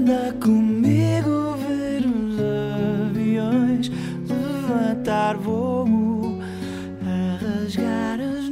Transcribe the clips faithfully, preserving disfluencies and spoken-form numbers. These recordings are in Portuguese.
Anda comigo ver os aviões levantar voo, a rasgar as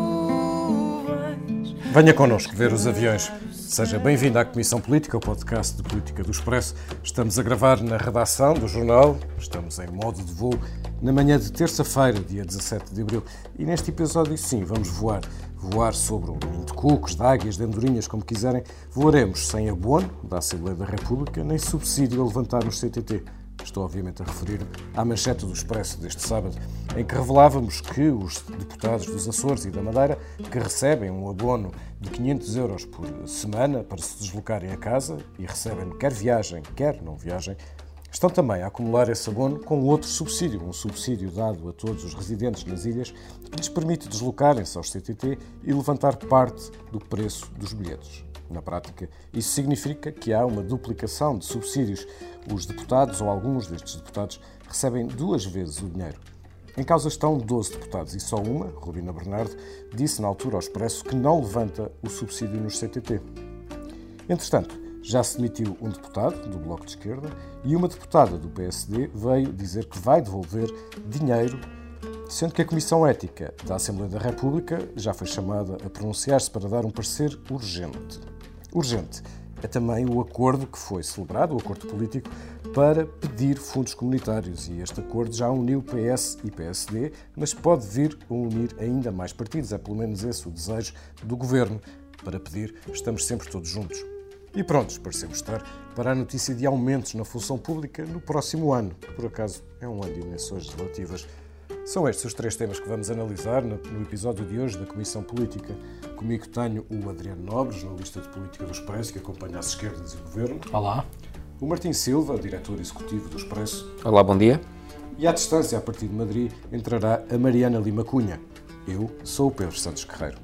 nuvens. Venha connosco ver os aviões. Seja bem-vindo à Comissão Política, o podcast de política do Expresso. Estamos a gravar na redação do jornal, estamos em modo de voo, na manhã de terça-feira, dia dezassete de abril. E neste episódio, sim, vamos voar. Voar sobre um ninho de cucos, de águias, de andorinhas, como quiserem. Voaremos sem abono da Assembleia da República, nem subsídio a levantar nos C T T. Estou, obviamente, a referir à manchete do Expresso deste sábado, em que revelávamos que os deputados dos Açores e da Madeira, que recebem um abono de quinhentos euros por semana para se deslocarem a casa e recebem quer viagem, quer não viagem, estão também a acumular esse abono com outro subsídio, um subsídio dado a todos os residentes nas ilhas, que lhes permite deslocarem-se aos C T T e levantar parte do preço dos bilhetes. Na prática, isso significa que há uma duplicação de subsídios. Os deputados, ou alguns destes deputados, recebem duas vezes o dinheiro. Em causa estão doze deputados e só uma, Rubina Bernardo, disse na altura ao Expresso que não levanta o subsídio nos C T T. Entretanto, já se demitiu um deputado do Bloco de Esquerda e uma deputada do P S D veio dizer que vai devolver dinheiro, sendo que a Comissão Ética da Assembleia da República já foi chamada a pronunciar-se para dar um parecer urgente. Urgente é também o acordo que foi celebrado, o acordo político, para pedir fundos comunitários. E este acordo já uniu P S e P S D, mas pode vir a unir ainda mais partidos. É pelo menos esse o desejo do Governo. Para pedir, estamos sempre todos juntos. E prontos, parecemos estar para a notícia de aumentos na função pública no próximo ano. Por acaso, é um ano de eleições relativas. São estes os três temas que vamos analisar no episódio de hoje da Comissão Política. Comigo tenho o Adriano Nobre, jornalista de política do Expresso, que acompanha as esquerdas e o Governo. Olá. O Martim Silva, diretor executivo do Expresso. Olá, bom dia. E à distância, a partir de Madrid, entrará a Mariana Lima Cunha. Eu sou o Pedro Santos Guerreiro.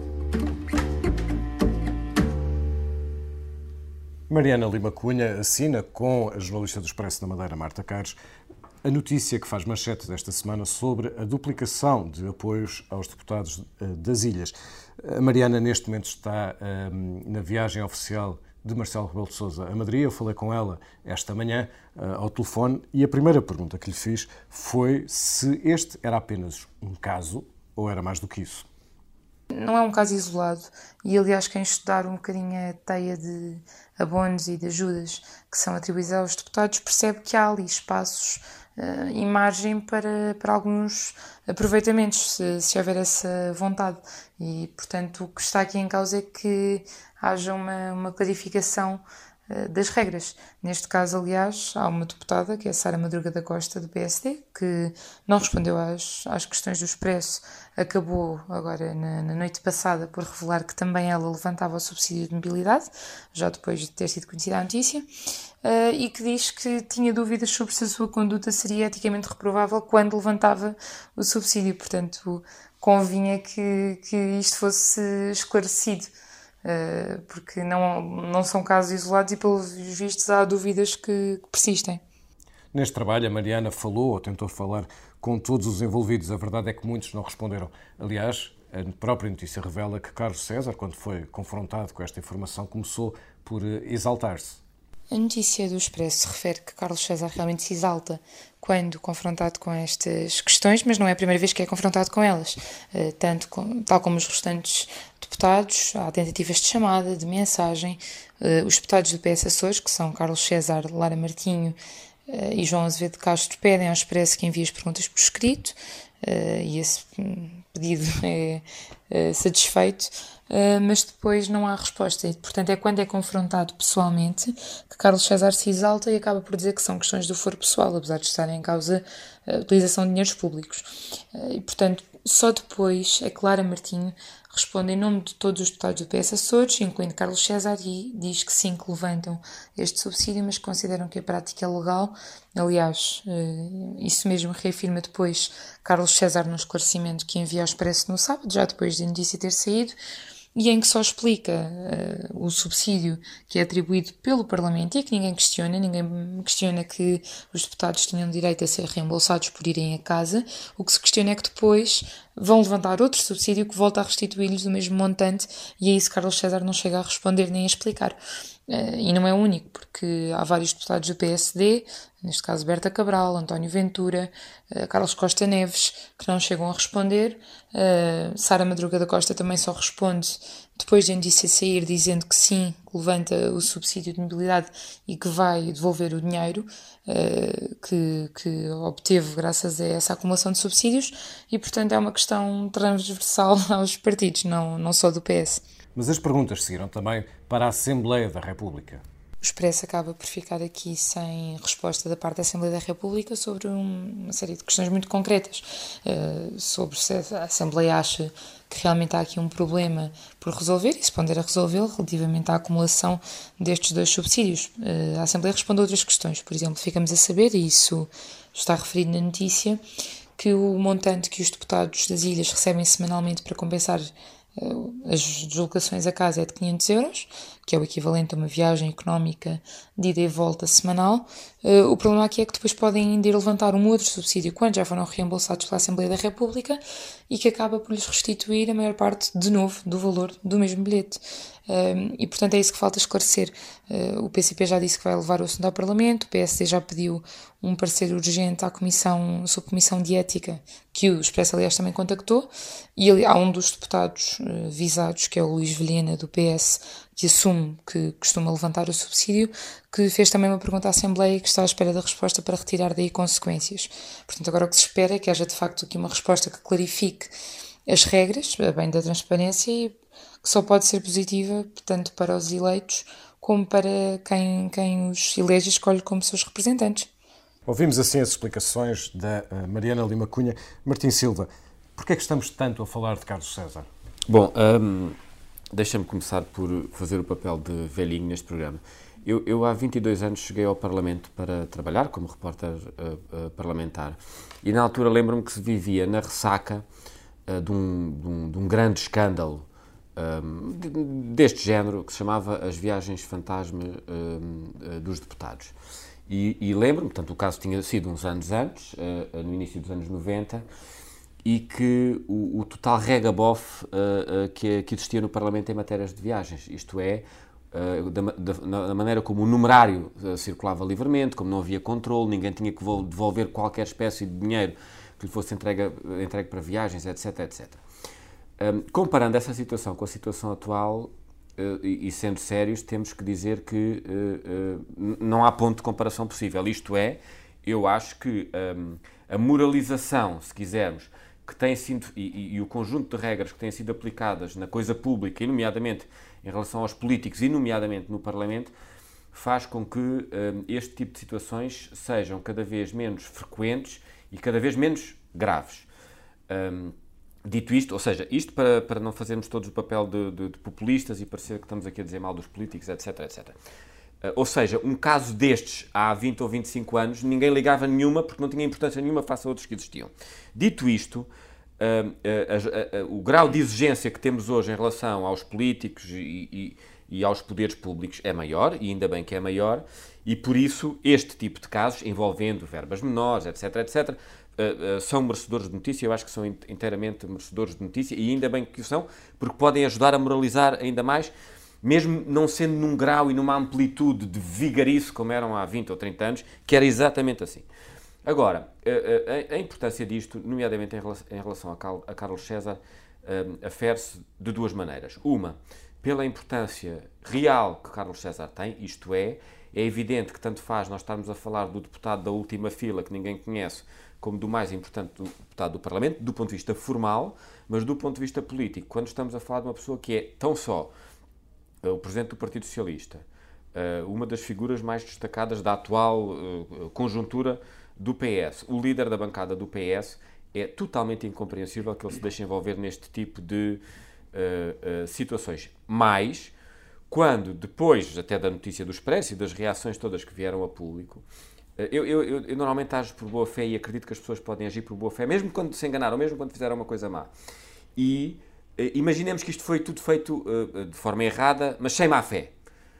Mariana Lima Cunha assina com a jornalista do Expresso da Madeira, Marta Caires, a notícia que faz manchete desta semana sobre a duplicação de apoios aos deputados das ilhas. A Mariana, neste momento, está um, na viagem oficial de Marcelo Rebelo de Sousa a Madrid. Eu falei com ela esta manhã uh, ao telefone e a primeira pergunta que lhe fiz foi se este era apenas um caso ou era mais do que isso. Não é um caso isolado e, aliás, quem estudar um bocadinho a teia de abonos e de ajudas que são atribuídos aos deputados percebe que há ali espaços uh, e margem para, para alguns aproveitamentos, se, se houver essa vontade. E, portanto, o que está aqui em causa é que haja uma, uma clarificação uh, das regras. Neste caso, aliás, há uma deputada, que é a Sara Madruga da Costa, do P S D, que não respondeu às, às questões do Expresso, acabou agora na, na noite passada por revelar que também ela levantava o subsídio de mobilidade, já depois de ter sido conhecida a notícia, uh, e que diz que tinha dúvidas sobre se a sua conduta seria eticamente reprovável quando levantava o subsídio. Portanto, convinha que, que isto fosse esclarecido, uh, porque não, não são casos isolados e, pelos vistos, há dúvidas que, que persistem. Neste trabalho, a Mariana falou ou tentou falar com todos os envolvidos. A verdade é que muitos não responderam. Aliás, a própria notícia revela que Carlos César, quando foi confrontado com esta informação, começou por exaltar-se. A notícia do Expresso refere que Carlos César realmente se exalta quando confrontado com estas questões, mas não é a primeira vez que é confrontado com elas. Tanto com, tal como os restantes deputados, há tentativas de chamada, de mensagem. Os deputados do P S Açores, que são Carlos César, Lara Martinho e João Azevedo de Castro, pedem ao Expresso que envie as perguntas por escrito, e esse pedido é satisfeito, mas depois não há resposta. E, portanto, é quando é confrontado pessoalmente que Carlos César se exalta e acaba por dizer que são questões do foro pessoal, apesar de estarem em causa a utilização de dinheiros públicos. E, portanto, só depois é que Lara Martinho responde em nome de todos os deputados do P S Açores, incluindo Carlos César, e diz que sim, que levantam este subsídio, mas consideram que a prática é legal. Aliás, isso mesmo reafirma depois Carlos César no esclarecimento que envia ao Expresso no sábado, já depois de a notícia ter saído, e em que só explica uh, o subsídio que é atribuído pelo Parlamento e que ninguém questiona, ninguém questiona que os deputados tenham direito a ser reembolsados por irem a casa. O que se questiona é que depois vão levantar outro subsídio que volta a restituir-lhes o mesmo montante, e a isso Carlos César não chega a responder nem a explicar. Uh, e não é o único, porque que há vários deputados do P S D, neste caso Berta Cabral, António Ventura, uh, Carlos Costa Neves, que não chegam a responder. Uh, Sara Madruga da Costa também só responde depois de a notícia sair, dizendo que sim, que levanta o subsídio de mobilidade e que vai devolver o dinheiro uh, que, que obteve graças a essa acumulação de subsídios, e portanto é uma questão transversal aos partidos, não, não só do P S. Mas as perguntas seguiram também para a Assembleia da República. O Expresso acaba por ficar aqui sem resposta da parte da Assembleia da República sobre uma série de questões muito concretas, uh, sobre se a Assembleia acha que realmente há aqui um problema por resolver e se ponder a resolvê-lo relativamente à acumulação destes dois subsídios. Uh, a Assembleia responde a outras questões. Por exemplo, ficamos a saber, e isso está referido na notícia, que o montante que os deputados das ilhas recebem semanalmente para compensar as deslocações a casa é de quinhentos euros, que é o equivalente a uma viagem económica de ida e volta semanal. Uh, o problema aqui é que depois podem ainda ir levantar um outro subsídio quando já foram reembolsados pela Assembleia da República e que acaba por lhes restituir a maior parte, de novo, do valor do mesmo bilhete. Uh, e, portanto, é isso que falta esclarecer. Uh, o P C P já disse que vai levar o assunto ao Parlamento, o P S D já pediu um parecer urgente à comissão, subcomissão de ética, que o Expresso, aliás, também contactou, e há um dos deputados uh, visados, que é o Luís Vilhena, do P S, que assume que costuma levantar o subsídio, que fez também uma pergunta à Assembleia e que está à espera da resposta para retirar daí consequências. Portanto, agora o que se espera é que haja de facto aqui uma resposta que clarifique as regras, bem da transparência, e que só pode ser positiva, tanto para os eleitos como para quem, quem os elege e escolhe como seus representantes. Ouvimos assim as explicações da Mariana Lima Cunha. Martim Silva, porquê é que estamos tanto a falar de Carlos César? Bom, hum, deixa-me começar por fazer o papel de velhinho neste programa. Eu, eu há vinte e dois anos cheguei ao Parlamento para trabalhar como repórter uh, uh, parlamentar e na altura lembro-me que se vivia na ressaca uh, de, um, de, um, de um grande escândalo um, de, deste género que se chamava as viagens fantasma uh, uh, dos deputados. E, e lembro-me, portanto, o caso tinha sido uns anos antes, uh, no início dos anos noventa, e que o, o total regabof uh, uh, que, que existia no Parlamento em matérias de viagens, isto é, uh, da, da, da maneira como o numerário uh, circulava livremente, como não havia controle, ninguém tinha que devolver qualquer espécie de dinheiro que lhe fosse entregue, entregue para viagens, etc, etcétera. Um, comparando essa situação com a situação atual, Uh, e, e sendo sérios, temos que dizer que uh, uh, não há ponto de comparação possível. Isto é, eu acho que um, a moralização, se quisermos, que tem sido, e, e, e o conjunto de regras que têm sido aplicadas na coisa pública, e nomeadamente em relação aos políticos, e nomeadamente no Parlamento, faz com que um, este tipo de situações sejam cada vez menos frequentes e cada vez menos graves. Um, Dito isto, ou seja, isto para, para não fazermos todos o papel de, de, de populistas e parecer que estamos aqui a dizer mal dos políticos, etc, etcétera. Uh, ou seja, um caso destes há vinte ou vinte e cinco anos, ninguém ligava nenhuma porque não tinha importância nenhuma face a outros que existiam. Dito isto, uh, uh, uh, uh, o grau de exigência que temos hoje em relação aos políticos e, e, e aos poderes públicos é maior, e ainda bem que é maior, e por isso este tipo de casos, envolvendo verbas menores, etc, etcétera, Uh, uh, são merecedores de notícia, eu acho que são inteiramente merecedores de notícia, e ainda bem que o são, porque podem ajudar a moralizar ainda mais, mesmo não sendo num grau e numa amplitude de vigarice como eram há vinte ou trinta anos, que era exatamente assim. Agora, uh, uh, a importância disto, nomeadamente em relação, em relação a, Cal, a Carlos César, uh, afere-se de duas maneiras. Uma, pela importância real que Carlos César tem, isto é, é evidente que tanto faz nós estarmos a falar do deputado da última fila que ninguém conhece, como do mais importante do deputado do Parlamento, do ponto de vista formal, mas do ponto de vista político, quando estamos a falar de uma pessoa que é tão só uh, o Presidente do Partido Socialista, uh, uma das figuras mais destacadas da atual uh, conjuntura do P S, o líder da bancada do P S, é totalmente incompreensível que ele se deixe envolver neste tipo de uh, uh, situações. Mas, quando, depois até da notícia do Expresso e das reações todas que vieram a público, Eu, eu, eu, eu normalmente ajo por boa fé e acredito que as pessoas podem agir por boa fé, mesmo quando se enganaram, mesmo quando fizeram uma coisa má. E eh, imaginemos que isto foi tudo feito uh, de forma errada, mas sem má fé.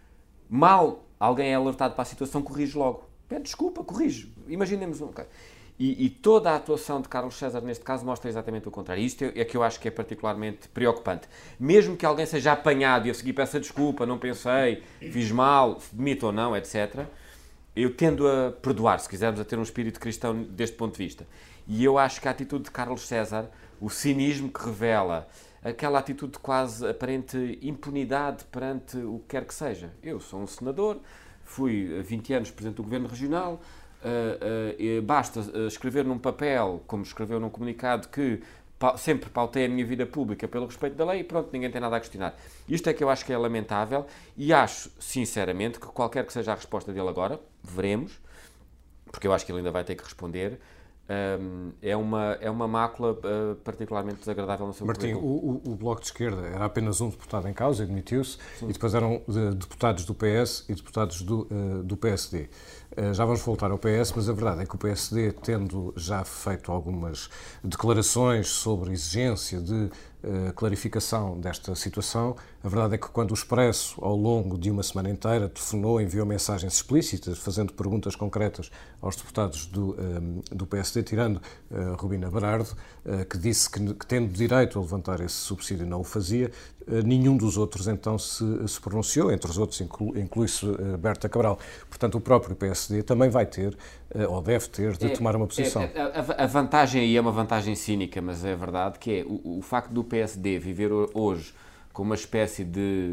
Mal alguém é alertado para a situação, corrige logo. Pede desculpa, corrige. Imaginemos. Okay. E, e toda a atuação de Carlos César, neste caso, mostra exatamente o contrário. Isto é, é que eu acho que é particularmente preocupante. Mesmo que alguém seja apanhado e a seguir peça desculpa, não pensei, fiz mal, demito ou não, etcétera, eu tendo a perdoar, se quisermos, a ter um espírito cristão deste ponto de vista. E eu acho que a atitude de Carlos César, o cinismo que revela, aquela atitude de quase aparente impunidade perante o que quer que seja. Eu sou um senador, fui vinte anos presidente do Governo Regional, uh, uh, basta escrever num papel, como escreveu num comunicado, que sempre pautei a minha vida pública pelo respeito da lei e pronto, ninguém tem nada a questionar. Isto é que eu acho que é lamentável e acho, sinceramente, que qualquer que seja a resposta dele agora, veremos, porque eu acho que ele ainda vai ter que responder, Um, é, uma, é uma mácula uh, particularmente desagradável no seu Martim, o, o Bloco de Esquerda era apenas um deputado em causa, admitiu-se, e depois eram de, deputados do P S e deputados do, uh, do P S D. Uh, já vamos voltar ao P S, mas a verdade é que o P S D, tendo já feito algumas declarações sobre exigência de uh, clarificação desta situação, a verdade é que quando o Expresso, ao longo de uma semana inteira, telefonou, enviou mensagens explícitas, fazendo perguntas concretas aos deputados do, um, do P S D, tirando uh, Rubina Berardo, uh, que disse que, que, tendo direito a levantar esse subsídio, não o fazia. Uh, nenhum dos outros, então, se, se pronunciou, entre os outros inclui, inclui-se uh, Berta Cabral. Portanto, o próprio P S D também vai ter, uh, ou deve ter, de é, tomar uma posição. É, a, a vantagem aí é uma vantagem cínica, mas é verdade, que é o, o facto do P S D viver hoje com uma espécie de,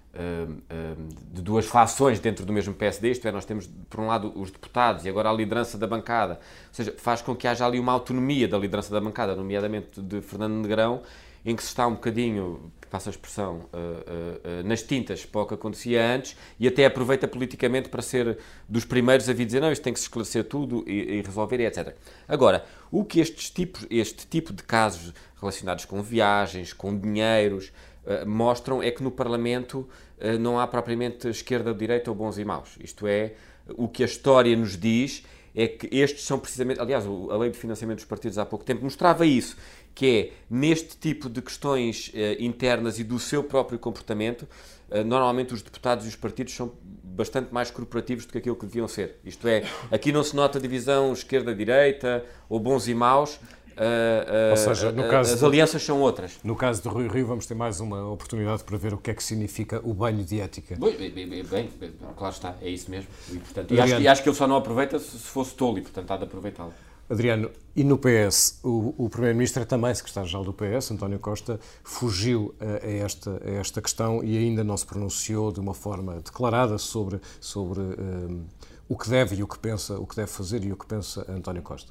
de duas fações dentro do mesmo P S D, isto é, nós temos, por um lado, os deputados e agora a liderança da bancada, ou seja, faz com que haja ali uma autonomia da liderança da bancada, nomeadamente de Fernando Negrão, em que se está um bocadinho, passa a expressão, uh, uh, uh, nas tintas para o que acontecia antes e até aproveita politicamente para ser dos primeiros a vir dizer não, isto tem que se esclarecer tudo e, e resolver, e etcétera. Agora, o que estes tipos, este tipo de casos relacionados com viagens, com dinheiros, uh, mostram é que no Parlamento uh, não há propriamente esquerda ou direita ou bons e maus. Isto é, o que a história nos diz é que estes são precisamente, aliás, a Lei de Financiamento dos Partidos há pouco tempo mostrava isso, que é, neste tipo de questões uh, internas e do seu próprio comportamento, uh, normalmente os deputados e os partidos são bastante mais corporativos do que aquilo que deviam ser. Isto é, aqui não se nota divisão esquerda-direita ou bons e maus, uh, uh, ou seja, no caso as alianças são outras. No caso de Rui Rio, vamos ter mais uma oportunidade para ver o que é que significa o banho de ética. Bem, bem, bem, bem claro está, é isso mesmo. E, portanto, e acho, e acho que ele só não aproveita se fosse tolo e, portanto, há de aproveitá-lo. Adriano, e no P S, o, o Primeiro-Ministro é também secretário-geral do P S, António Costa, fugiu a, a, esta, a esta questão e ainda não se pronunciou de uma forma declarada sobre, sobre um, o que deve e o que pensa, o que deve fazer e o que pensa António Costa.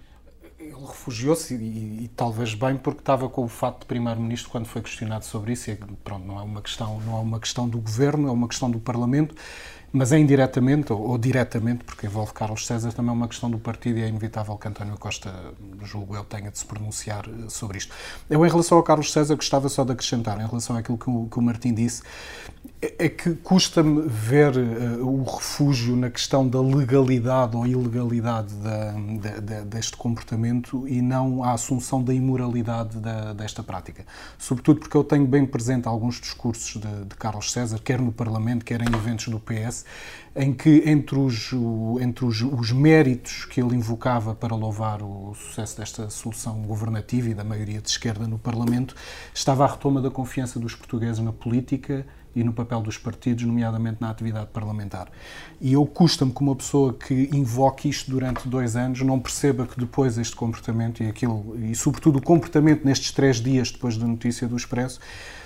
Ele refugiou-se e, e, e talvez bem porque estava com o fato de Primeiro-Ministro quando foi questionado sobre isso e pronto, não é uma questão, não é uma questão do Governo, é uma questão do Parlamento, mas é indiretamente ou, ou diretamente, porque envolve Carlos César, também é uma questão do partido e é inevitável que António Costa, julgo eu, tenha de se pronunciar sobre isto. Eu, em relação ao Carlos César, gostava só de acrescentar, em relação àquilo que o, que o Martim disse, é, é que custa-me ver uh, o refúgio na questão da legalidade ou ilegalidade da, da, da, deste comportamento e não a assunção da imoralidade da, desta prática. Sobretudo porque eu tenho bem presente alguns discursos de, de Carlos César, quer no Parlamento, quer em eventos do P S, em que entre os, entre os, os méritos que ele invocava para louvar o sucesso desta solução governativa e da maioria de esquerda no Parlamento, estava a retoma da confiança dos portugueses na política e no papel dos partidos, nomeadamente na atividade parlamentar. E eu custa-me que uma pessoa que invoque isto durante dois anos não perceba que depois este comportamento e aquilo, e sobretudo o comportamento nestes três dias depois da notícia do Expresso,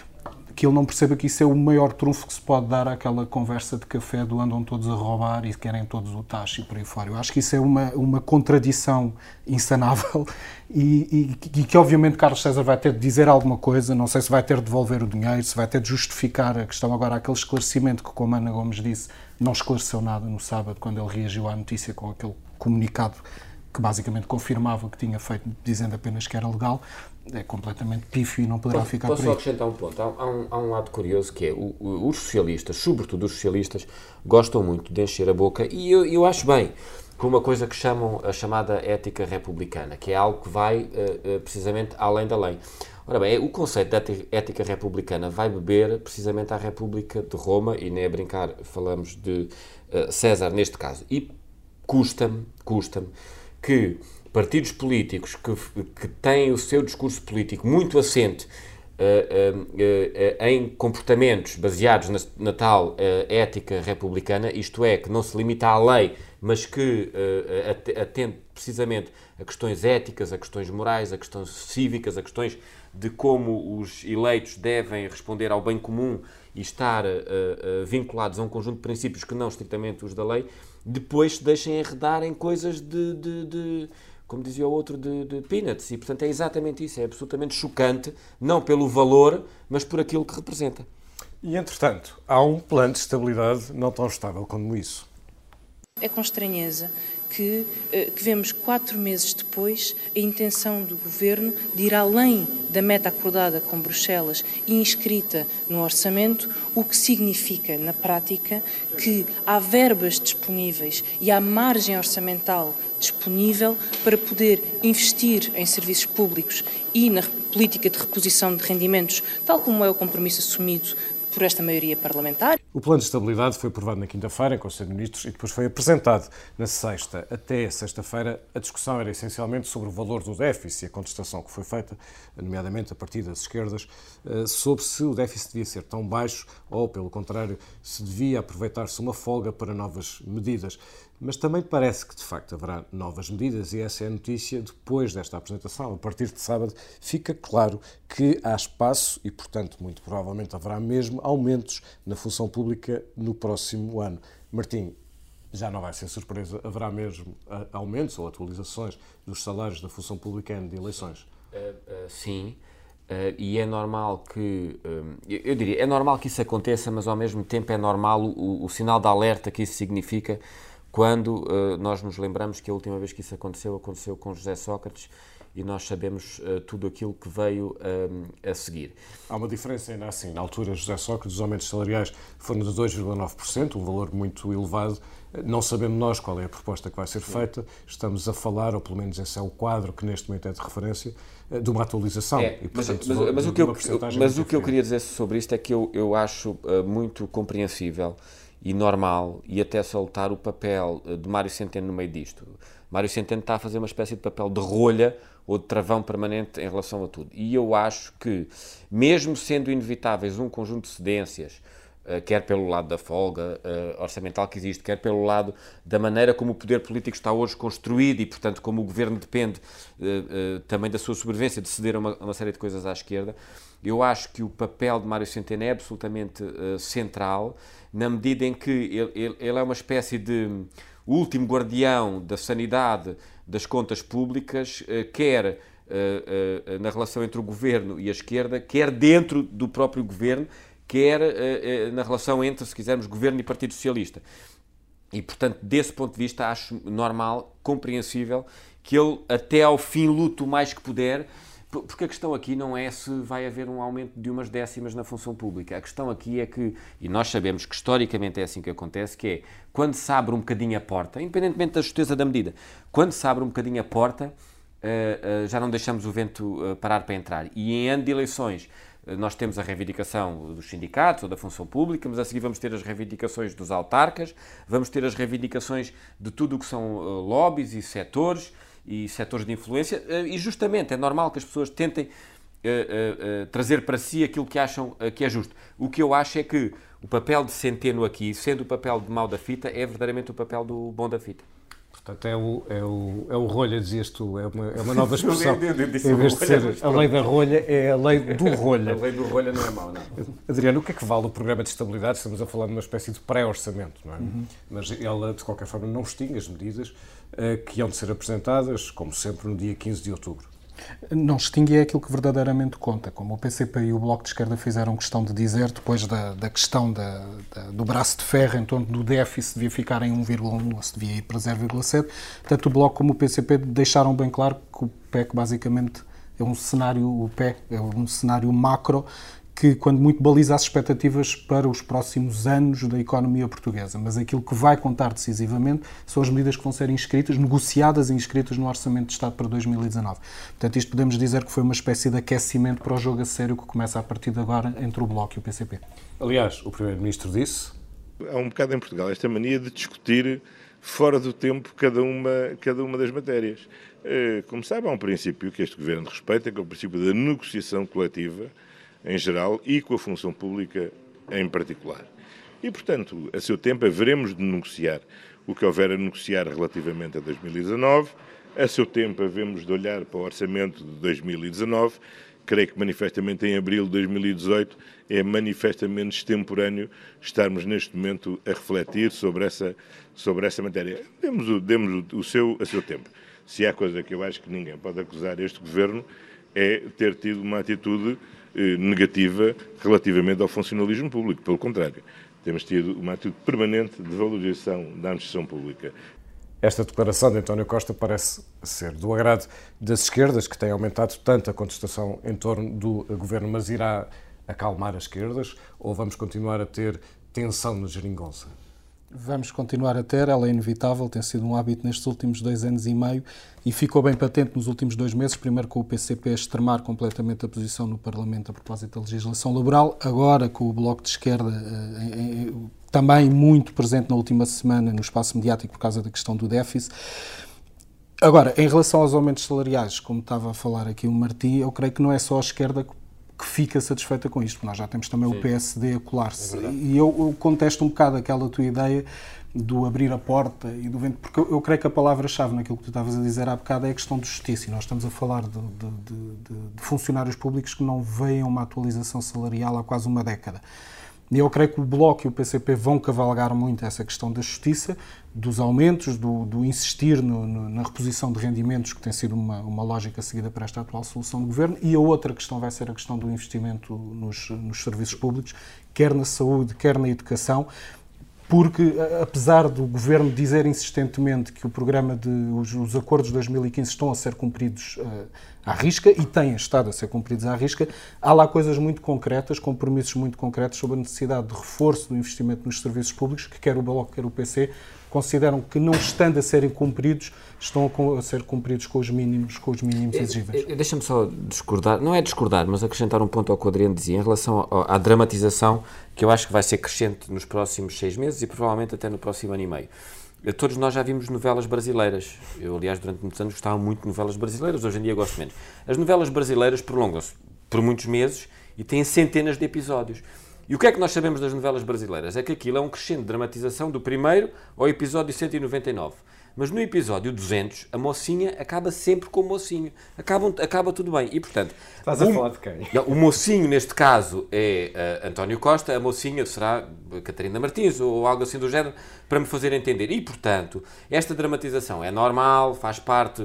que ele não perceba que isso é o maior trunfo que se pode dar àquela conversa de café do andam todos a roubar e querem todos o tacho e por aí fora. Eu acho que isso é uma, uma contradição insanável e, e, e que obviamente Carlos César vai ter de dizer alguma coisa, não sei se vai ter de devolver o dinheiro, se vai ter de justificar a questão agora, aquele esclarecimento que, como a Ana Gomes disse, não esclareceu nada no sábado quando ele reagiu à notícia com aquele comunicado que basicamente confirmava que tinha feito, dizendo apenas que era legal. É completamente pífio e não poderá posso, ficar posso por aí. Posso só acrescentar um ponto? Há, há, um, há um lado curioso que é, o, o, os socialistas, sobretudo os socialistas, gostam muito de encher a boca, e eu, eu acho bem, com uma coisa que chamam a chamada ética republicana, que é algo que vai uh, uh, precisamente além da lei. Ora bem, o conceito de ética republicana vai beber precisamente à República de Roma, e nem a brincar falamos de uh, César neste caso. E custa-me, custa-me, que partidos políticos que, que têm o seu discurso político muito assente uh, uh, uh, em comportamentos baseados na, na tal uh, ética republicana, isto é, que não se limita à lei, mas que uh, atende precisamente a questões éticas, a questões morais, a questões cívicas, a questões de como os eleitos devem responder ao bem comum e estar uh, uh, vinculados a um conjunto de princípios que não estritamente os da lei, depois se deixem enredar em coisas de, de, de como dizia o outro, de, de peanuts. E, portanto, é exatamente isso. É absolutamente chocante, não pelo valor, mas por aquilo que representa. E, entretanto, há um plano de estabilidade não tão estável como isso. É com estranheza que, que vemos quatro meses depois a intenção do Governo de ir além da meta acordada com Bruxelas e inscrita no orçamento, o que significa, na prática, que há verbas disponíveis e há margem orçamental disponível para poder investir em serviços públicos e na política de reposição de rendimentos, tal como é o compromisso assumido por esta maioria parlamentar. O plano de estabilidade foi aprovado na quinta-feira em Conselho de Ministros e depois foi apresentado na sexta. Até sexta-feira a discussão era essencialmente sobre o valor do déficit e a contestação que foi feita, nomeadamente a partir das esquerdas, sobre se o déficit devia ser tão baixo ou, pelo contrário, se devia aproveitar-se uma folga para novas medidas. Mas também parece que, de facto, haverá novas medidas e essa é a notícia. Depois desta apresentação, a partir de sábado, fica claro que há espaço e, portanto, muito provavelmente haverá mesmo aumentos na função pública no próximo ano. Martim, já não vai ser surpresa, haverá mesmo aumentos ou atualizações dos salários da função pública em ano de eleições? Uh, uh, sim. Uh, e é normal que, uh, eu, eu diria, é normal que isso aconteça, mas ao mesmo tempo é normal o, o sinal de alerta que isso significa quando uh, nós nos lembramos que a última vez que isso aconteceu, aconteceu com José Sócrates e nós sabemos uh, tudo aquilo que veio uh, a seguir. Há uma diferença ainda assim. Na altura, José Sócrates, os aumentos salariais foram de dois vírgula nove por cento, um valor muito elevado. Não sabemos nós qual é a proposta que vai ser feita. Estamos a falar, ou pelo menos esse é o quadro que neste momento é de referência, de uma atualização. É, e, portanto, mas mas, mas o que, eu, mas o que eu queria dizer sobre isto é que eu, eu acho uh, muito compreensível e normal, e até soltar o papel de Mário Centeno no meio disto. Mário Centeno está a fazer uma espécie de papel de rolha ou de travão permanente em relação a tudo. E eu acho que, mesmo sendo inevitáveis um conjunto de cedências, quer pelo lado da folga uh, orçamental que existe, quer pelo lado da maneira como o poder político está hoje construído e, portanto, como o governo depende uh, uh, também da sua sobrevivência, de ceder a uma, uma série de coisas à esquerda, eu acho que o papel de Mário Centeno é absolutamente uh, central, na medida em que ele, ele, ele é uma espécie de último guardião da sanidade das contas públicas, uh, quer uh, uh, na relação entre o governo e a esquerda, quer dentro do próprio governo, quer uh, uh, na relação entre, se quisermos, governo e Partido Socialista. E, portanto, desse ponto de vista, acho normal, compreensível, que ele, até ao fim, lute o mais que puder, porque a questão aqui não é se vai haver um aumento de umas décimas na função pública. A questão aqui é que, e nós sabemos que historicamente é assim que acontece, que é, quando se abre um bocadinho a porta, independentemente da justeza da medida, quando se abre um bocadinho a porta, uh, uh, já não deixamos o vento uh, parar para entrar. E em ano de eleições, nós temos a reivindicação dos sindicatos ou da função pública, mas a seguir vamos ter as reivindicações dos autarcas, vamos ter as reivindicações de tudo o que são uh, lobbies e setores e setores de influência, uh, e justamente é normal que as pessoas tentem uh, uh, uh, trazer para si aquilo que acham uh, que é justo. O que eu acho é que o papel de Centeno aqui, sendo o papel de mau da fita, é verdadeiramente o papel do bom da fita. Portanto, é o, é o, é o rolha, dizias tu, é uma, é uma nova expressão. eu, eu, eu, eu em vez de ser a lei da rolha, é a lei do rolha. A lei do rolha não é mau, não. Adriano, o que é que vale o programa de estabilidade? Estamos a falar de uma espécie de pré-orçamento, não é? Uhum. Mas ela, de qualquer forma, não extingue as medidas uh, que hão de ser apresentadas, como sempre, no dia quinze de outubro. Não extingue é aquilo que verdadeiramente conta, como o P C P e o Bloco de Esquerda fizeram questão de dizer, depois da, da questão da, da, do braço de ferro em torno do déficit, devia ficar em um vírgula um ou se devia ir para zero vírgula sete, tanto o Bloco como o P C P deixaram bem claro que o P E C basicamente é um cenário, o P E C é um cenário macro que, quando muito, baliza as expectativas para os próximos anos da economia portuguesa. Mas aquilo que vai contar decisivamente são as medidas que vão ser inscritas, negociadas e inscritas no Orçamento de Estado para dois mil e dezanove. Portanto, isto podemos dizer que foi uma espécie de aquecimento para o jogo a sério que começa a partir de agora entre o Bloco e o P C P. Aliás, o Primeiro-Ministro disse... Há um bocado em Portugal esta mania de discutir fora do tempo cada uma, cada uma das matérias. Como sabe, há um princípio que este Governo respeita, que é o princípio da negociação coletiva em geral e com a função pública em particular. E, portanto, a seu tempo haveremos de negociar o que houver a negociar relativamente a dois mil e dezanove, a seu tempo havemos de olhar para o orçamento de dois mil e dezanove, creio que manifestamente em abril de dois mil e dezoito é manifestamente extemporâneo estarmos neste momento a refletir sobre essa, sobre essa matéria. Demos, o, demos o, seu, a seu tempo. Se há coisa que eu acho que ninguém pode acusar este Governo é ter tido uma atitude eh, negativa relativamente ao funcionalismo público. Pelo contrário, temos tido uma atitude permanente de valorização da administração pública. Esta declaração de António Costa parece ser do agrado das esquerdas, que têm aumentado tanto a contestação em torno do Governo, mas irá acalmar as esquerdas ou vamos continuar a ter tensão na geringonça? Vamos continuar a ter, ela é inevitável, tem sido um hábito nestes últimos dois anos e meio e ficou bem patente nos últimos dois meses, primeiro com o P C P a extremar completamente a posição no Parlamento a propósito da legislação laboral, agora com o Bloco de Esquerda eh, eh, também muito presente na última semana no espaço mediático por causa da questão do déficit. Agora, em relação aos aumentos salariais, como estava a falar aqui o Martim, eu creio que não é só a esquerda que que fica satisfeita com isto, porque nós já temos também Sim. o P S D a colar-se. É e eu, eu contesto um bocado aquela tua ideia do abrir a porta e do vento, porque eu, eu creio que a palavra-chave naquilo que tu estavas a dizer há bocado é a questão de justiça, e nós estamos a falar de, de, de, de funcionários públicos que não veem uma atualização salarial há quase uma década. E eu creio que o Bloco e o P C P vão cavalgar muito essa questão da justiça, dos aumentos, do, do insistir no, no, na reposição de rendimentos, que tem sido uma, uma lógica seguida para esta atual solução do Governo, e a outra questão vai ser a questão do investimento nos, nos serviços públicos, quer na saúde, quer na educação, porque, apesar do Governo dizer insistentemente que o programa de, os, os acordos de dois mil e quinze estão a ser cumpridos uh, à risca, e têm estado a ser cumpridos à risca, há lá coisas muito concretas, compromissos muito concretos sobre a necessidade de reforço do investimento nos serviços públicos, que quer o Bloco, quer o P C, consideram que, não estando a serem cumpridos, estão a ser cumpridos com os mínimos, com os mínimos exigíveis. Deixa-me só discordar, não é discordar, mas acrescentar um ponto ao que o Adriano dizia, em relação à dramatização, que eu acho que vai ser crescente nos próximos seis meses e provavelmente até no próximo ano e meio. Todos nós já vimos novelas brasileiras. Eu, aliás, durante muitos anos gostava muito de novelas brasileiras, hoje em dia gosto menos. As novelas brasileiras prolongam-se por muitos meses e têm centenas de episódios. E o que é que nós sabemos das novelas brasileiras? É que aquilo é um crescente de dramatização do primeiro ao episódio cento e noventa e nove. Mas no episódio duzentos, a mocinha acaba sempre com o mocinho. Acaba, acaba tudo bem. E, portanto... Estás a um, falar de quem? O mocinho, neste caso, é uh, António Costa. A mocinha será Catarina Martins ou algo assim do género, para me fazer entender. E, portanto, esta dramatização é normal, faz parte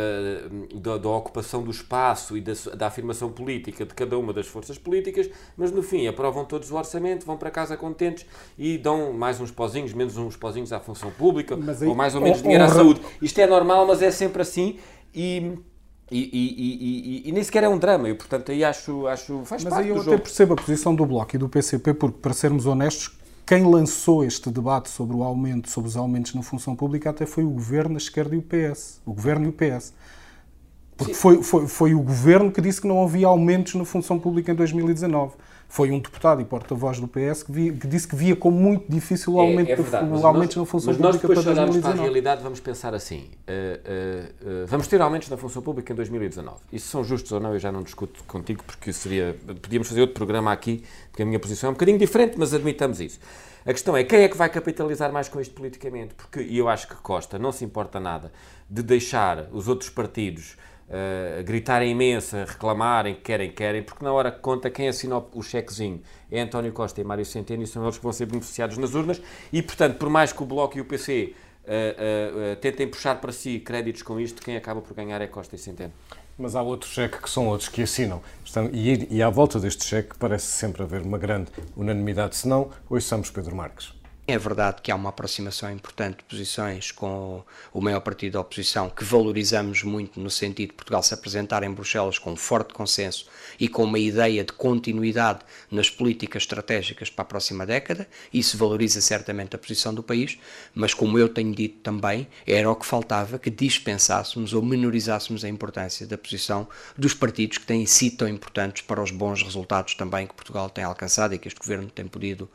uh, da, da ocupação do espaço e da, da afirmação política de cada uma das forças políticas, mas, no fim, aprovam todos o orçamento, vão para casa contentes e dão mais uns pozinhos, menos uns pozinhos à função pública, aí, ou mais ou menos dinheiro à saúde. Isto é normal, mas é sempre assim e... E, e, e, e, e nem sequer é um drama, e portanto aí acho, acho faz Mas parte aí eu do até jogo. percebo a posição do Bloco e do P C P, porque, para sermos honestos, quem lançou este debate sobre o aumento, sobre os aumentos na função pública, até foi o Governo, a esquerda e o P S. O Governo e o P S. Porque foi, foi, foi o Governo que disse que não havia aumentos na função pública em dois mil e dezanove. Foi um deputado e porta-voz do P S que, vi, que disse que via como muito difícil o aumento, é, é verdade, da, o aumento na função pública para dois mil e dezanove. Mas nós depois, se olharmos para a realidade, vamos pensar assim, uh, uh, uh, vamos ter aumentos na função pública em dois mil e dezanove. E se são justos ou não, eu já não discuto contigo, porque seria, podíamos fazer outro programa aqui, porque a minha posição é um bocadinho diferente, mas admitamos isso. A questão é, quem é que vai capitalizar mais com isto politicamente? Porque, e eu acho que Costa não se importa nada de deixar os outros partidos Uh, gritarem imenso, reclamarem, que querem, querem, porque na hora que conta quem assina o chequezinho é António Costa e Mário Centeno, e são eles que vão ser beneficiados nas urnas, e portanto, por mais que o Bloco e o P C uh, uh, uh, tentem puxar para si créditos com isto, quem acaba por ganhar é Costa e Centeno. Mas há outro cheque que são outros que assinam. Estão, e, e à volta deste cheque parece sempre haver uma grande unanimidade, se não, ouçamos Pedro Marques. É verdade que há uma aproximação importante de posições com o maior partido da oposição, que valorizamos muito no sentido de Portugal se apresentar em Bruxelas com um forte consenso e com uma ideia de continuidade nas políticas estratégicas para a próxima década. Isso valoriza certamente a posição do país, mas como eu tenho dito também, era o que faltava que dispensássemos ou menorizássemos a importância da posição dos partidos que têm sido tão importantes para os bons resultados também que Portugal tem alcançado e que este Governo tem podido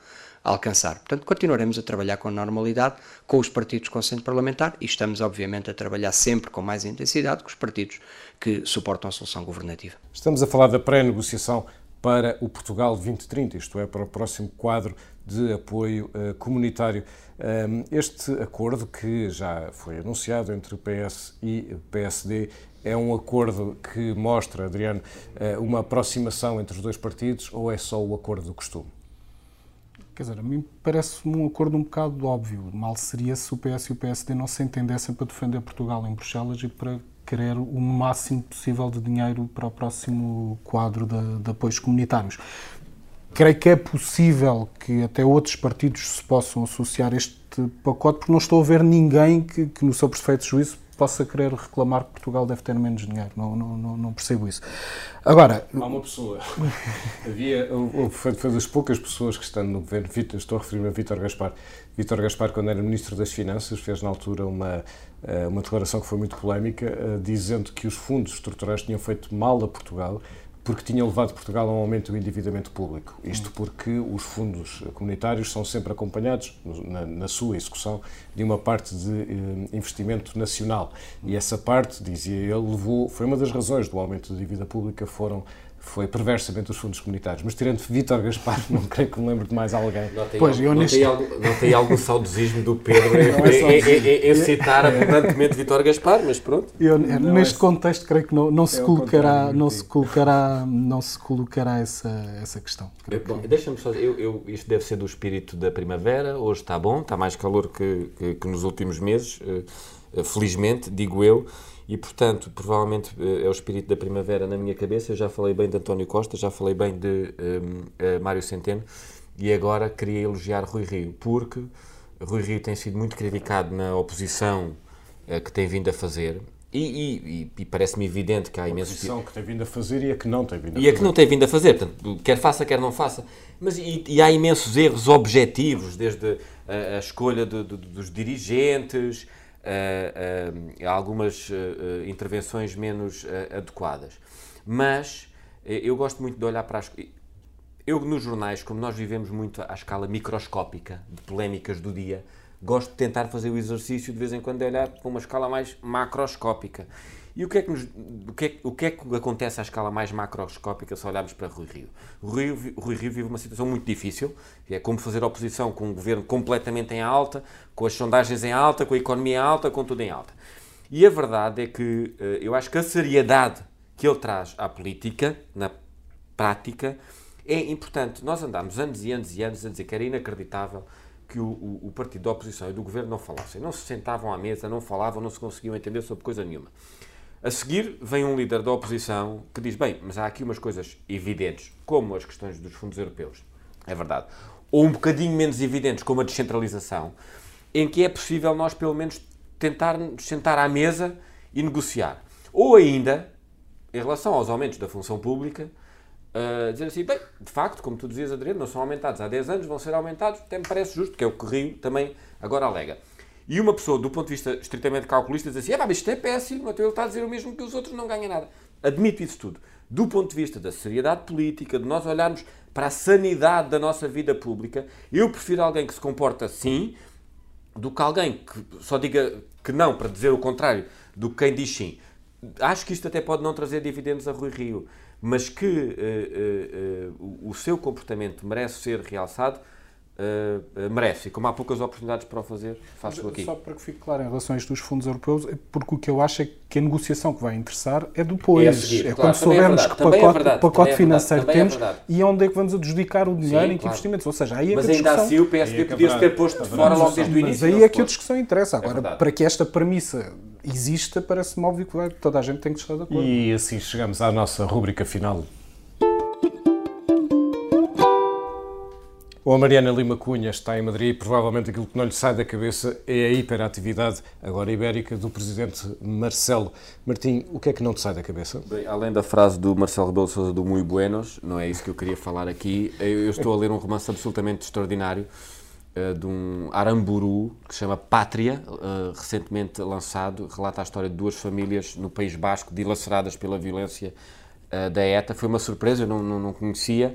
alcançar. Portanto, continuaremos a trabalhar com normalidade com os partidos com assento parlamentar e estamos, obviamente, a trabalhar sempre com mais intensidade com os partidos que suportam a solução governativa. Estamos a falar da pré-negociação para o Portugal vinte trinta, isto é, para o próximo quadro de apoio uh, comunitário. Um, este acordo, que já foi anunciado entre o P S e o P S D, é um acordo que mostra, Adriano, uh, uma aproximação entre os dois partidos, ou é só o acordo do costume? Quer dizer, a mim parece-me um acordo um bocado óbvio. Mal seria se o P S e o P S D não se entendessem para defender Portugal em Bruxelas e para querer o máximo possível de dinheiro para o próximo quadro de, de apoios comunitários. Creio que é possível que até outros partidos se possam associar a este pacote, porque não estou a ver ninguém que, que no seu perfeito juízo, possa querer reclamar que Portugal deve ter menos dinheiro. Não, não, não, não percebo isso. Agora... Há uma pessoa. Havia, foi, foi das poucas pessoas que estão no governo, estou a referir-me a Vítor Gaspar. Vítor Gaspar, quando era Ministro das Finanças, fez na altura uma, uma declaração que foi muito polémica, dizendo que os fundos estruturais tinham feito mal a Portugal, porque tinha levado Portugal a um aumento do endividamento público. Isto porque os fundos comunitários são sempre acompanhados, na, na sua execução, de uma parte de eh, investimento nacional. E essa parte, dizia ele, levou, foi uma das razões do aumento da dívida pública, foram, foi perversamente os fundos comunitários. Mas tirando Vítor Gaspar, não creio que me lembre de mais alguém. Pois, eu neste... Não tem algum saudosismo do Pedro em é, é, é, é citar abundantemente Vítor Gaspar, mas pronto. Eu, não, neste é... contexto, creio que não, não, se, é colocará, não se colocará, não se colocará essa, essa questão. Bom, deixa-me só, eu, eu, isto deve ser do espírito da primavera, hoje está bom, está mais calor que, que, que nos últimos meses, felizmente, digo eu. E, portanto, provavelmente é o espírito da primavera na minha cabeça. Eu já falei bem de António Costa, já falei bem de um, uh, Mário Centeno e agora queria elogiar Rui Rio, porque Rui Rio tem sido muito criticado na oposição uh, que tem vindo a fazer e, e, e parece-me evidente que há imensos... A oposição que tem vindo a fazer e a que não tem vindo a e fazer. E a que não tem vindo a fazer, portanto, quer faça, quer não faça. Mas e, e há imensos erros objetivos, desde a, a escolha de, de, dos dirigentes... Uh, uh, algumas uh, uh, intervenções menos uh, adequadas. Mas uh, eu gosto muito de olhar para as... Eu, nos jornais, como nós vivemos muito à escala microscópica de polémicas do dia, gosto de tentar fazer o exercício de vez em quando de olhar para uma escala mais macroscópica. E o que é que, nos, o que, é, o que, é que acontece à escala mais macroscópica se olharmos para Rui Rio? O Rui, o Rui Rio vive uma situação muito difícil, que é como fazer oposição com um governo completamente em alta, com as sondagens em alta, com a economia em alta, com tudo em alta. E a verdade é que eu acho que a seriedade que ele traz à política, na prática, é importante. Nós andámos anos e anos e anos a dizer que era inacreditável que o, o, o partido da oposição e do governo não falassem. Não se sentavam à mesa, não falavam, não se conseguiam entender sobre coisa nenhuma. A seguir, vem um líder da oposição que diz, bem, mas há aqui umas coisas evidentes, como as questões dos fundos europeus, é verdade, ou um bocadinho menos evidentes, como a descentralização, em que é possível nós, pelo menos, tentar sentar à mesa e negociar. Ou ainda, em relação aos aumentos da função pública, uh, dizer assim, bem, de facto, como tu dizias, Adriano, não são aumentados há dez anos, vão ser aumentados, até me parece justo, que é o que o Rio também agora alega. E uma pessoa, do ponto de vista estritamente calculista, diz assim, é, mas isto é péssimo, então ele está a dizer o mesmo que os outros, não ganha nada. Admito isso tudo. Do ponto de vista da seriedade política, de nós olharmos para a sanidade da nossa vida pública, eu prefiro alguém que se comporta assim, do que alguém que só diga que não, para dizer o contrário do que quem diz sim. Acho que isto até pode não trazer dividendos a Rui Rio, mas que uh, uh, uh, o seu comportamento merece ser realçado, Uh, uh, merece, e como há poucas oportunidades para o fazer, faço aqui. Só para que fique claro, em relação a isto dos fundos europeus, porque o que eu acho é que a negociação que vai interessar é depois, é, seguir, é claro, quando soubermos é que pacote, é pacote é financeiro temos é e onde é que vamos adjudicar o dinheiro, sim, em que claro. investimentos, ou seja, aí é mas que a ainda discussão... assim o P S D é podia-se ter posto de fora logo desde o início. Mas aí é que a discussão interessa. Agora, é para que esta premissa exista, parece-me óbvio que toda a gente tem que estar de acordo. E assim chegamos à nossa rúbrica final. O Mariana Lima Cunha está em Madrid e provavelmente aquilo que não lhe sai da cabeça é a hiperatividade, agora ibérica, do presidente Marcelo. Martim, o que é que não te sai da cabeça? Bem, além da frase do Marcelo Rebelo de Sousa do Muy Buenos, não é isso que eu queria falar aqui, eu estou a ler um romance absolutamente extraordinário uh, de um aramburu que se chama Pátria, uh, recentemente lançado, relata a história de duas famílias no País Basco dilaceradas pela violência uh, da ETA. Foi uma surpresa, eu não, não, não conhecia.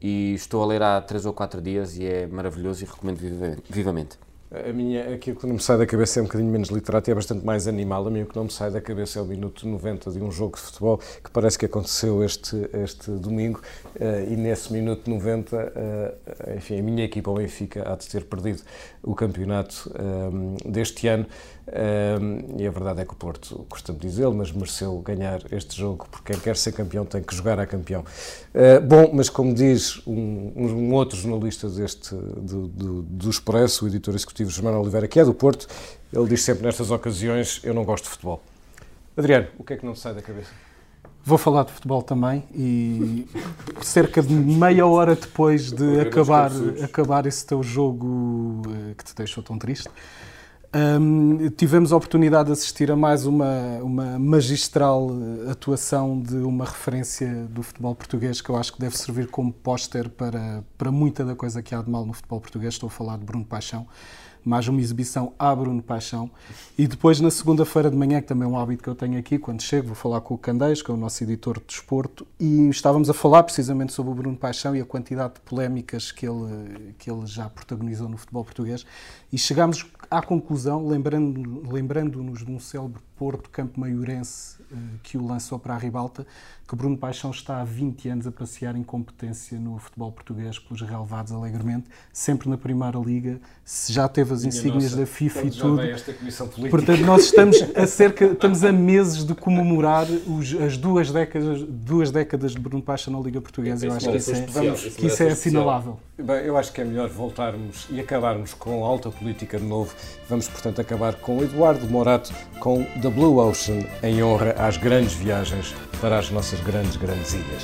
e estou a ler há três ou quatro dias e é maravilhoso e recomendo vivamente. A minha, aquilo que não me sai da cabeça é um bocadinho menos literato e é bastante mais animal. A mim o que não me sai da cabeça é o minuto noventa de um jogo de futebol que parece que aconteceu este, este domingo uh, e nesse minuto noventa, uh, enfim, a minha equipa, o Benfica, há de ter perdido o campeonato uh, deste ano uh, e a verdade é que o Porto, costumo dizê-lo, mas mereceu ganhar este jogo porque quem quer ser campeão tem que jogar a campeão. Uh, bom, mas como diz um, um outro jornalista deste, do, do, do Expresso, o editor executivo Germano Oliveira, que é do Porto, ele diz sempre nestas ocasiões: eu não gosto de futebol. Adriano, o que é que não te sai da cabeça? Vou falar de futebol também e cerca de meia hora depois de acabar, acabar esse teu jogo que te deixou tão triste, um, tivemos a oportunidade de assistir a mais uma, uma magistral atuação de uma referência do futebol português que eu acho que deve servir como póster para, para muita da coisa que há de mal no futebol português. Estou a falar de Bruno Paixão. Mais uma exibição à Bruno Paixão. E depois, na segunda-feira de manhã, que também é um hábito que eu tenho aqui, quando chego, vou falar com o Candeias, que é o nosso editor de desporto, e estávamos a falar precisamente sobre o Bruno Paixão e a quantidade de polémicas que ele, que ele já protagonizou no futebol português, e chegámos à conclusão, lembrando, lembrando-nos de um célebre Porto Campo Maiorense que o lançou para a ribalta, que Bruno Paixão está há vinte anos a passear incompetência no futebol português pelos relevados alegremente, sempre na Primeira Liga, se já teve as insígnias da FIFA e tudo. Portanto, nós estamos a, cerca, estamos a meses de comemorar os, as duas décadas, duas décadas de Bruno Paixão na Liga Portuguesa. Eu acho que isso é, vamos, que isso é assinalável. Bem, eu acho que é melhor voltarmos e acabarmos com a alta política de novo. Vamos, portanto, acabar com Eduardo Morato, com The Blue Ocean, em honra às grandes viagens para as nossas grandes, grandes ilhas.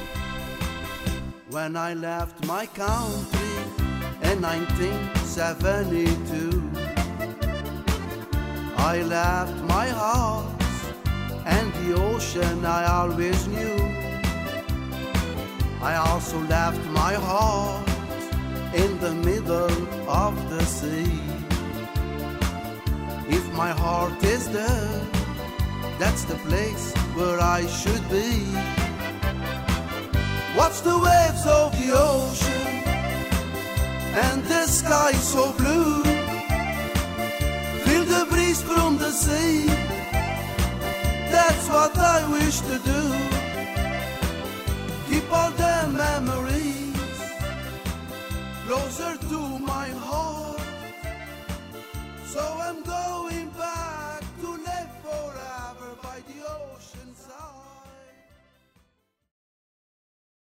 When I left my country in nineteen seventy-two, I left my house and the ocean I always knew. I also left my heart in the middle of the sea. If my heart is there, that's the place where I should be. Watch the waves of the ocean and the sky so blue. Feel the breeze from the sea. That's what I wish to do. Keep all the memories closer to my heart.